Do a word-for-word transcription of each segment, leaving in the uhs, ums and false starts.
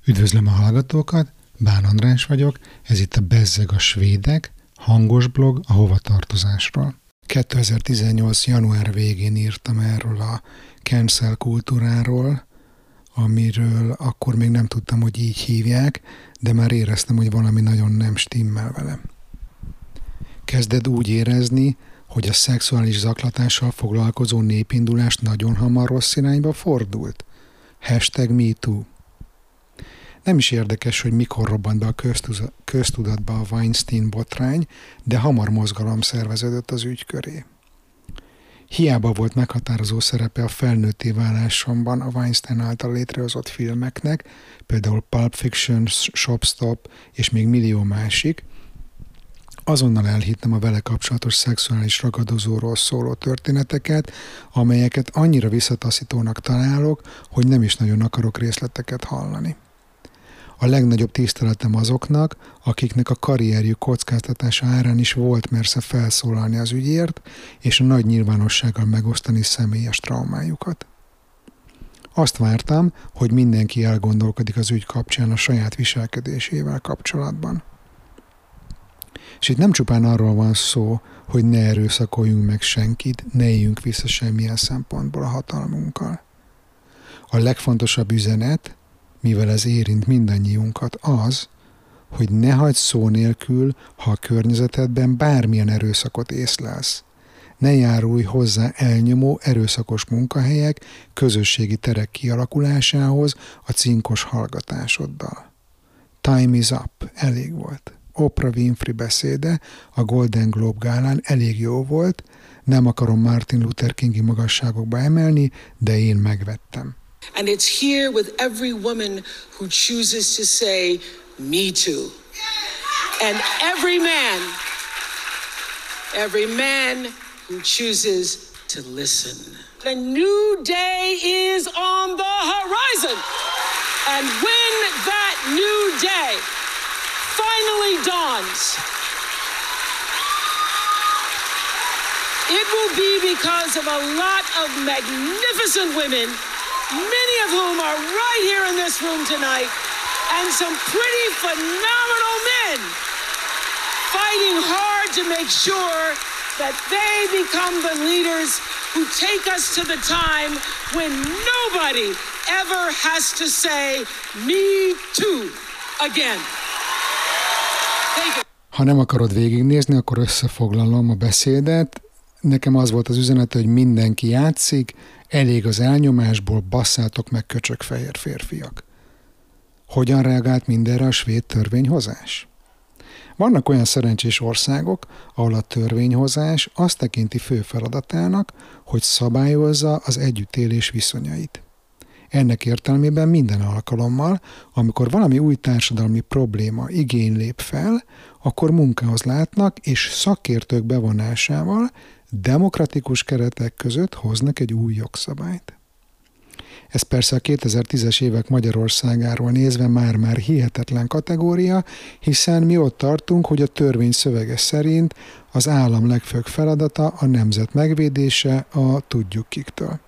Üdvözlöm a hallgatókat, Bán András vagyok, ez itt a Bezzeg a svédek, hangos blog a hovatartozásról. kétezer-tizennyolc. január végén írtam erről a cancel kultúráról, amiről akkor még nem tudtam, hogy így hívják, de már éreztem, hogy valami nagyon nem stimmel vele. Kezded úgy érezni, hogy a szexuális zaklatással foglalkozó népindulás nagyon hamar rossz irányba fordult? Hashtag MeToo. Nem is érdekes, hogy mikor robbant be a köztudatba a Weinstein botrány, de hamar mozgalom szerveződött az ügy köré. Hiába volt meghatározó szerepe a felnőtté válásomban a Weinstein által létrehozott filmeknek, például Pulp Fiction, Shopstop és még millió másik, azonnal elhittem a vele kapcsolatos szexuális ragadozóról szóló történeteket, amelyeket annyira visszataszítónak találok, hogy nem is nagyon akarok részleteket hallani. A legnagyobb tiszteletem azoknak, akiknek a karrierjük kockáztatása árán is volt mersze felszólalni az ügyért, és a nagy nyilvánossággal megosztani személyes traumájukat. Azt vártam, hogy mindenki elgondolkodik az ügy kapcsán a saját viselkedésével kapcsolatban. És itt nem csupán arról van szó, hogy ne erőszakoljunk meg senkit, ne éljünk vissza semmilyen szempontból a hatalmunkkal. A legfontosabb üzenet, mivel ez érint mindannyiunkat, az, hogy ne hagyd szó nélkül, ha a környezetedben bármilyen erőszakot észlelsz. Ne járulj hozzá elnyomó, erőszakos munkahelyek, közösségi terek kialakulásához a cinkos hallgatásoddal. Time is up, elég volt. Oprah Winfrey beszéde a Golden Globe gálán elég jó volt, nem akarom Martin Luther Kingi magasságokba emelni, de én megvettem. And it's here with every woman who chooses to say, me too. And every man, every man who chooses to listen. A new day is on the horizon. And when that new day finally dawns, it will be because of a lot of magnificent women, many of whom are right here in this room tonight, and some pretty phenomenal men fighting hard to make sure that they become the leaders who take us to the time when nobody ever has to say, me too, again. Thank you. Ha nem akarod végignézni, akkor összefoglalom a beszédet. Nekem az volt az üzenet, hogy mindenki játszik, elég az elnyomásból, basszátok meg köcsög fehér férfiak. Hogyan reagált mindenre a svéd törvényhozás? Vannak olyan szerencsés országok, ahol a törvényhozás azt tekinti fő feladatának, hogy szabályozza az együttélés viszonyait. Ennek értelmében minden alkalommal, amikor valami új társadalmi probléma igény lép fel, akkor munkához látnak, és szakértők bevonásával demokratikus keretek között hoznak egy új jogszabályt. Ez persze a kétezer-tízes évek Magyarországáról nézve már-már hihetetlen kategória, hiszen mi ott tartunk, hogy a törvény szövege szerint az állam legfőbb feladata a nemzet megvédése a tudjuk kiktől.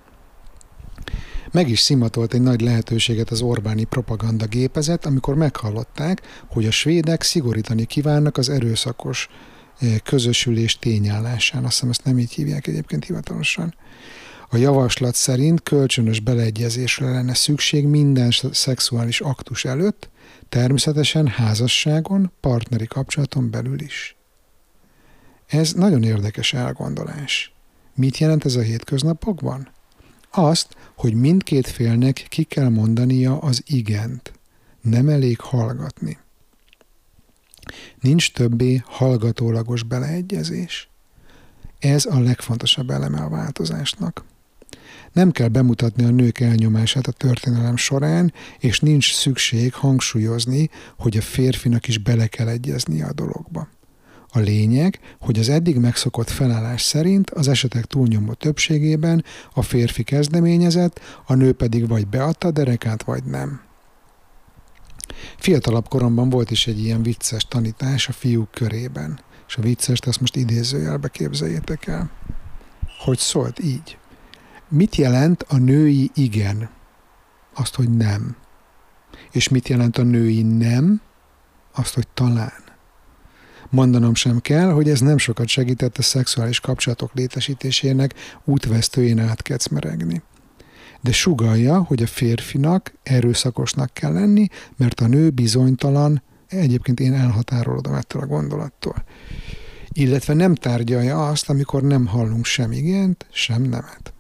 Meg is szimatolt egy nagy lehetőséget az Orbáni propaganda gépezet, amikor meghallották, hogy a svédek szigorítani kívánnak az erőszakos közösülés tényállásán. Azt hiszem, ezt nem így hívják egyébként hivatalosan. A javaslat szerint kölcsönös beleegyezésre lenne szükség minden szexuális aktus előtt, természetesen házasságon, partneri kapcsolaton belül is. Ez nagyon érdekes elgondolás. Mit jelent ez a hétköznapokban? Azt, hogy mindkét félnek ki kell mondania az igent. Nem elég hallgatni. Nincs többé hallgatólagos beleegyezés. Ez a legfontosabb eleme a változásnak. Nem kell bemutatni a nők elnyomását a történelem során, és nincs szükség hangsúlyozni, hogy a férfinak is bele kell egyeznie a dologba. A lényeg, hogy az eddig megszokott felállás szerint az esetek túlnyomó többségében a férfi kezdeményezett, a nő pedig vagy beadta a derekát, vagy nem. Fiatalabb koromban volt is egy ilyen vicces tanítás a fiúk körében, és a viccest ezt most idézőjelbe képzeljétek el. Hogy szólt így? Mit jelent a női igen? Azt, hogy nem. És mit jelent a női nem? Azt, hogy talán. Mondanom sem kell, hogy ez nem sokat segített a szexuális kapcsolatok létesítésének útvesztőjén átkecmeregni. De sugallja, hogy a férfinak erőszakosnak kell lenni, mert a nő bizonytalan, egyébként én elhatárolodom ettől a gondolattól. Illetve nem tárgyalja azt, amikor nem hallunk sem igent, sem nemet.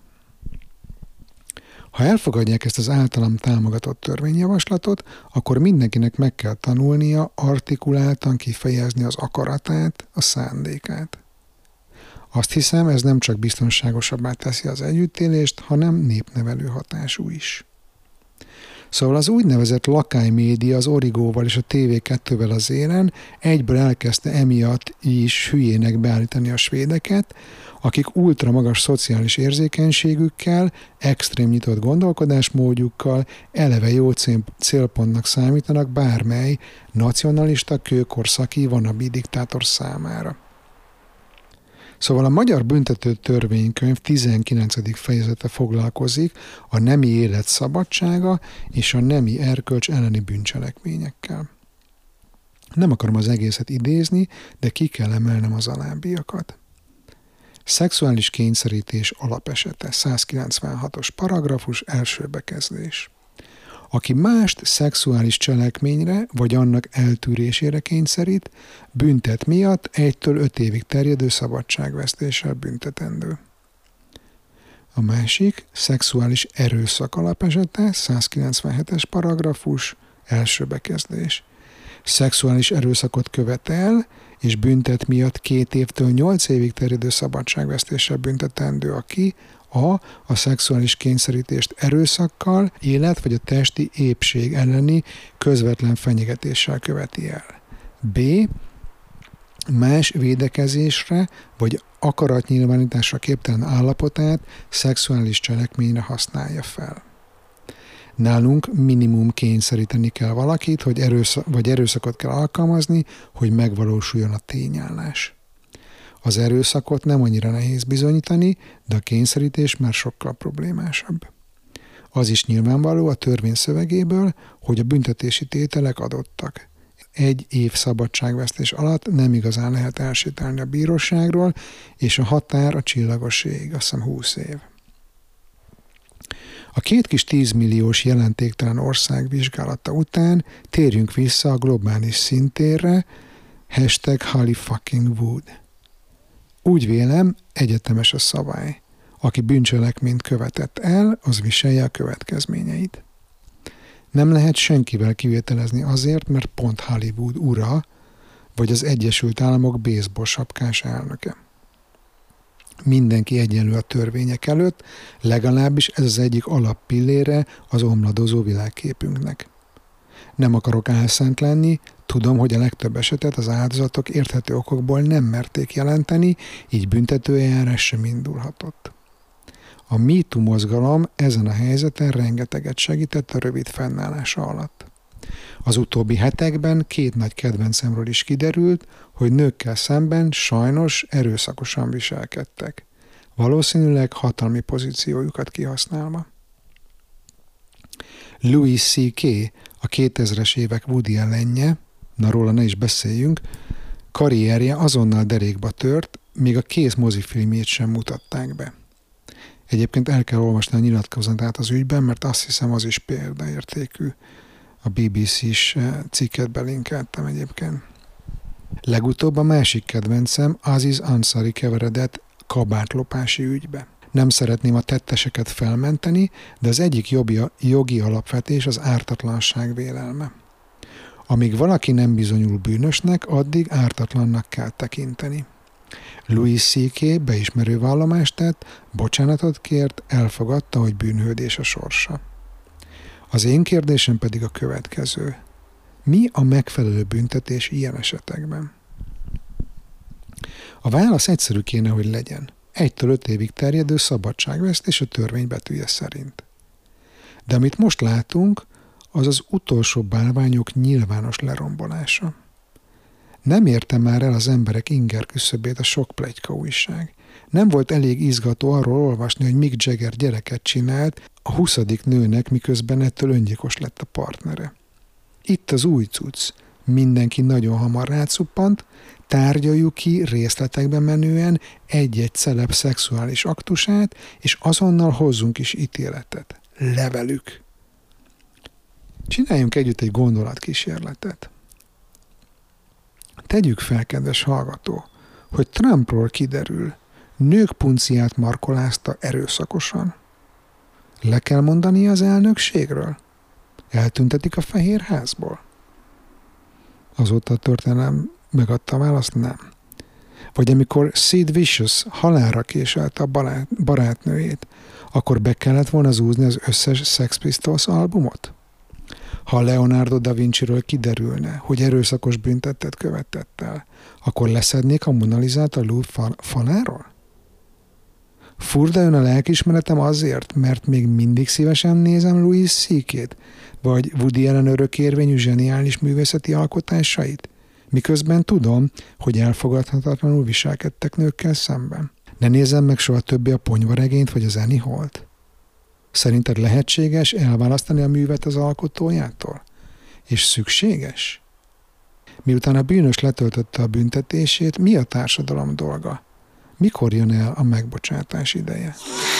Ha elfogadják ezt az általam támogatott törvényjavaslatot, akkor mindenkinek meg kell tanulnia artikuláltan kifejezni az akaratát, a szándékát. Azt hiszem, ez nem csak biztonságosabbá teszi az együttélést, hanem népnevelő hatású is. Szóval az úgynevezett lakálymédia az Origóval és a té vé kettővel az élen egyből elkezdte emiatt is hülyének beállítani a svédeket, akik ultra magas szociális érzékenységükkel, extrém nyitott gondolkodásmódjukkal eleve jó célpontnak számítanak bármely nacionalista, kőkorszaki wannabe diktátor számára. Szóval a Magyar Büntető Törvénykönyv tizenkilencedik fejezete foglalkozik a nemi élet szabadsága és a nemi erkölcs elleni bűncselekményekkel. Nem akarom az egészet idézni, de ki kell emelnem az alábbiakat. Szexuális kényszerítés alapesete, százkilencvenhatos paragrafus, első bekezdés. Aki mást szexuális cselekményre vagy annak eltűrésére kényszerít, büntet miatt egytől öt évig terjedő szabadságvesztéssel büntetendő. A másik, szexuális erőszak alapesete, százkilencvenhetes paragrafus, első bekezdés. Szexuális erőszakot követel, és büntet miatt két évtől nyolc évig terjedő szabadságvesztéssel büntetendő, aki a. a szexuális kényszerítést erőszakkal, élet vagy a testi épség elleni közvetlen fenyegetéssel követi el. B. más védekezésre vagy akaratnyilvánításra képtelen állapotát szexuális cselekményre használja fel. Nálunk minimum kényszeríteni kell valakit, hogy erőszak, vagy erőszakot kell alkalmazni, hogy megvalósuljon a tényállás. Az erőszakot nem annyira nehéz bizonyítani, de a kényszerítés már sokkal problémásabb. Az is nyilvánvaló a törvény szövegéből, hogy a büntetési tételek adottak. Egy év szabadságvesztés alatt nem igazán lehet elsétálni a bíróságról, és a határ a csillagos ég, azt hiszem húsz év. A két kis tízmilliós jelentéktelen ország vizsgálata után térjünk vissza a globális szintérre, hashtag Holly fucking Wood. Úgy vélem, egyetemes a szabály. Aki bűncselekményt követett el, az viselje a következményeit. Nem lehet senkivel kivételezni azért, mert pont Hollywood ura, vagy az Egyesült Államok baseball sapkás elnöke. Mindenki egyenlő a törvények előtt, legalábbis ez az egyik alappillére az omladozó világképünknek. Nem akarok álszent lenni, tudom, hogy a legtöbb esetet az áldozatok érthető okokból nem merték jelenteni, így büntetőeljárás sem indulhatott. A MeToo mozgalom ezen a helyzeten rengeteget segített a rövid fennállása alatt. Az utóbbi hetekben két nagy kedvencemről is kiderült, hogy nőkkel szemben sajnos erőszakosan viselkedtek. Valószínűleg hatalmi pozíciójukat kihasználva. Louis C K, a kétezres évek Woody Allenje, na róla ne is beszéljünk, karrierje azonnal derékba tört, még a kész mozifilmjét sem mutatták be. Egyébként el kell olvasni a nyilatkozatát az ügyben, mert azt hiszem az is példaértékű. A bé bé cés cikket belinkeltem egyébként. Legutóbb a másik kedvencem Aziz Ansari keveredett kabátlopási ügybe. Nem szeretném a tetteseket felmenteni, de az egyik jogi, jogi alapvetés az ártatlanság vélelme. Amíg valaki nem bizonyul bűnösnek, addig ártatlannak kell tekinteni. Louis C K beismerő vallomást tett, bocsánatot kért, elfogadta, hogy bűnhődés a sorsa. Az én kérdésem pedig a következő. Mi a megfelelő büntetés ilyen esetekben? A válasz egyszerű kéne, hogy legyen. Egytől öt évig terjedő szabadságvesztés a törvény betűje szerint. De amit most látunk, az az utolsó bálványok nyilvános lerombolása. Nem érte már el az emberek inger küszöbét a sok pletyka újság. Nem volt elég izgató arról olvasni, hogy Mick Jagger gyereket csinált a huszadik nőnek, miközben ettől öngyilkos lett a partnere. itt az új cucc. Mindenki nagyon hamar rácuppant, tárgyaljuk ki részletekben menően egy-egy celeb szexuális aktusát, és azonnal hozzunk is ítéletet. Levelük. Csináljunk együtt egy gondolatkísérletet. Tegyük fel, kedves hallgató, hogy Trumpról kiderül, nők punciát markolázta erőszakosan. Le kell mondani az elnökségről? Eltüntetik a Fehér Házból? Azóta a történelem megadta a választ? Nem. Vagy amikor Sid Vicious halálra késelte a barát, barátnőjét, akkor be kellett volna zúzni az összes Sex Pistols albumot? Ha Leonardo da Vinciről kiderülne, hogy erőszakos büntettet követett el, akkor leszednék a Mona Lisát a Louvre fal- faláról? Furda jön a lelkiismeretem azért, mert még mindig szívesen nézem Louis C K-t, vagy Woody Allen örökérvényű zseniális művészeti alkotásait, miközben tudom, hogy elfogadhatatlanul viselkedtek nőkkel szemben. Ne nézzem meg soha többé a Ponyvaregényt vagy az Annie Hall-t. Szerinted lehetséges elválasztani a művet az alkotójától? És szükséges? Miután a bűnös letöltötte a büntetését, mi a társadalom dolga? Mikor jön el a megbocsátás ideje?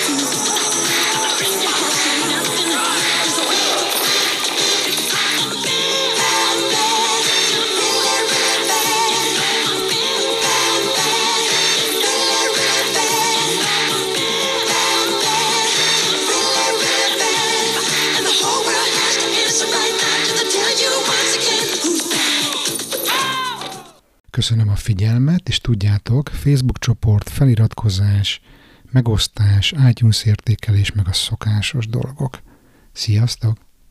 Köszönöm a figyelmet, és tudjátok, Facebook csoport, feliratkozás, megosztás, iTunes értékelés, meg a szokásos dolgok. Sziasztok!